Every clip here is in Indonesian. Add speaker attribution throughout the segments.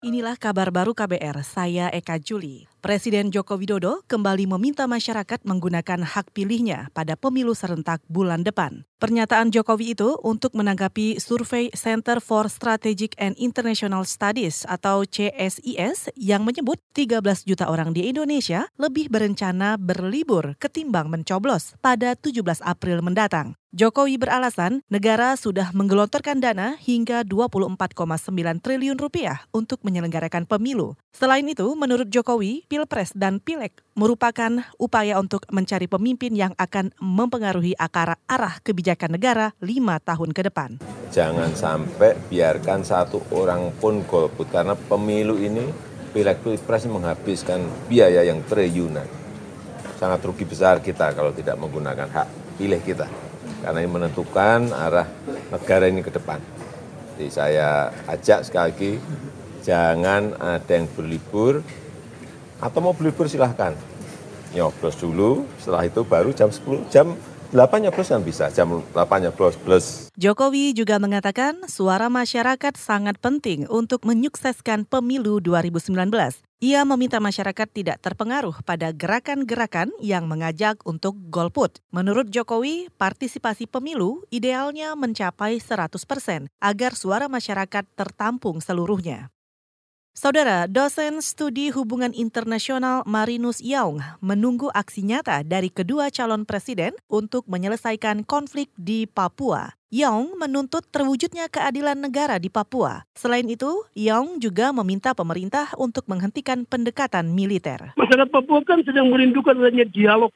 Speaker 1: Inilah kabar baru KBR, saya Eka Juli. Presiden Joko Widodo kembali meminta masyarakat menggunakan hak pilihnya pada pemilu serentak bulan depan. Pernyataan Jokowi itu untuk menanggapi survei Center for Strategic and International Studies atau CSIS yang menyebut 13 juta orang di Indonesia lebih berencana berlibur ketimbang mencoblos pada 17 April mendatang. Jokowi beralasan negara sudah menggelontorkan dana hingga 24,9 triliun rupiah untuk menyelenggarakan pemilu. Selain itu, menurut Jokowi, Pilpres dan Pileg merupakan upaya untuk mencari pemimpin yang akan mempengaruhi arah kebijakan negara 5 tahun ke depan.
Speaker 2: Jangan sampai biarkan satu orang pun golput, karena pemilu ini, Pileg Pilpres menghabiskan biaya yang triliunan. Sangat rugi besar kita kalau tidak menggunakan hak pilih kita. Karena ini menentukan arah negara ini ke depan. Jadi saya ajak sekali lagi, jangan ada yang berlibur, atau mau berlibur silahkan. Nyoblos dulu, setelah itu baru jam 10, jam 8 nyoblos kan bisa, jam 8 nyoblos plus.
Speaker 1: Jokowi juga mengatakan suara masyarakat sangat penting untuk menyukseskan pemilu 2019. Ia meminta masyarakat tidak terpengaruh pada gerakan-gerakan yang mengajak untuk golput. Menurut Jokowi, partisipasi pemilu idealnya mencapai 100% agar suara masyarakat tertampung seluruhnya. Saudara, dosen studi hubungan internasional Marinus Yaung menunggu aksi nyata dari kedua calon presiden untuk menyelesaikan konflik di Papua. Yaung menuntut terwujudnya keadilan negara di Papua. Selain itu, Yaung juga meminta pemerintah untuk menghentikan pendekatan militer.
Speaker 3: Masyarakat Papua kan sedang merindukan adanya dialog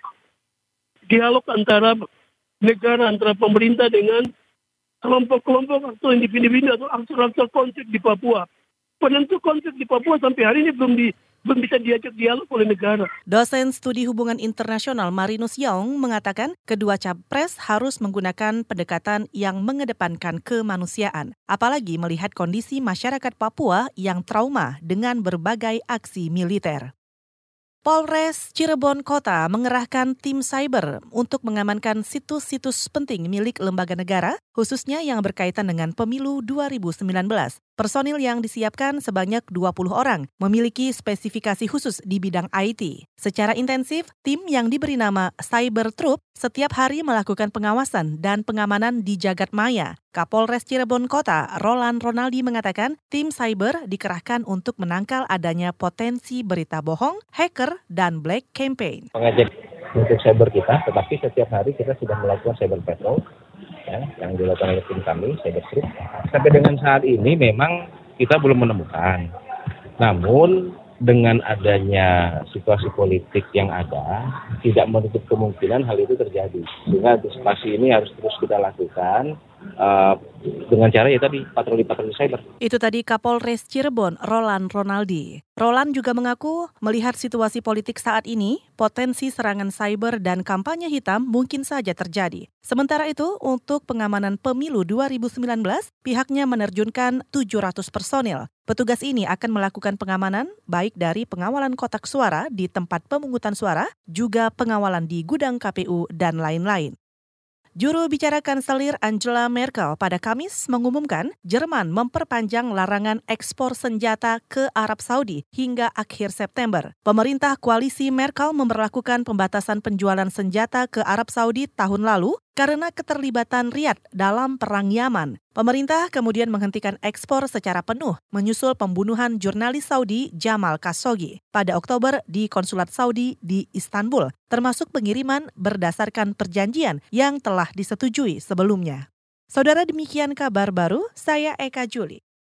Speaker 3: antara negara, antara pemerintah dengan kelompok-kelompok atau individu-individu atau aktor-aktor konflik di Papua. Penentu konflik di Papua sampai hari ini belum bisa diajak dialog oleh negara.
Speaker 1: Dosen studi hubungan internasional Marinus Yaung mengatakan kedua capres harus menggunakan pendekatan yang mengedepankan kemanusiaan, apalagi melihat kondisi masyarakat Papua yang trauma dengan berbagai aksi militer. Polres Cirebon Kota mengerahkan tim cyber untuk mengamankan situs-situs penting milik lembaga negara, khususnya yang berkaitan dengan pemilu 2019. Personil yang disiapkan sebanyak 20 orang, memiliki spesifikasi khusus di bidang IT. Secara intensif, tim yang diberi nama Cyber Troop setiap hari melakukan pengawasan dan pengamanan di jagat maya. Kapolres Cirebon Kota, Roland Ronaldi mengatakan, tim cyber dikerahkan untuk menangkal adanya potensi berita bohong, hacker, dan black campaign.
Speaker 4: Mengajak untuk cyber kita, tetapi setiap hari kita sudah melakukan cyber patrol, yang dilakukan oleh tim kami, Cyber Troop. Sampai dengan saat ini memang kita belum menemukan. Namun dengan adanya situasi politik yang ada, tidak menutup kemungkinan hal itu terjadi. Sehingga antisipasi ini harus terus kita lakukan dengan cara ya tadi patroli-patroli cyber.
Speaker 1: Itu tadi Kapolres Cirebon, Roland Ronaldi. Roland juga mengaku melihat situasi politik saat ini, potensi serangan cyber dan kampanye hitam mungkin saja terjadi. Sementara itu, untuk pengamanan pemilu 2019, pihaknya menerjunkan 700 personil. Petugas ini akan melakukan pengamanan baik dari pengawalan kotak suara di tempat pemungutan suara, juga pengawalan di gudang KPU dan lain-lain. Juru bicara Kanselir Angela Merkel pada Kamis mengumumkan Jerman memperpanjang larangan ekspor senjata ke Arab Saudi hingga akhir September. Pemerintah koalisi Merkel memberlakukan pembatasan penjualan senjata ke Arab Saudi tahun lalu karena keterlibatan Riyadh dalam Perang Yaman. Pemerintah kemudian menghentikan ekspor secara penuh menyusul pembunuhan jurnalis Saudi Jamal Khashoggi pada Oktober di konsulat Saudi di Istanbul, termasuk pengiriman berdasarkan perjanjian yang telah disetujui sebelumnya. Saudara, demikian kabar baru, saya Eka Juli.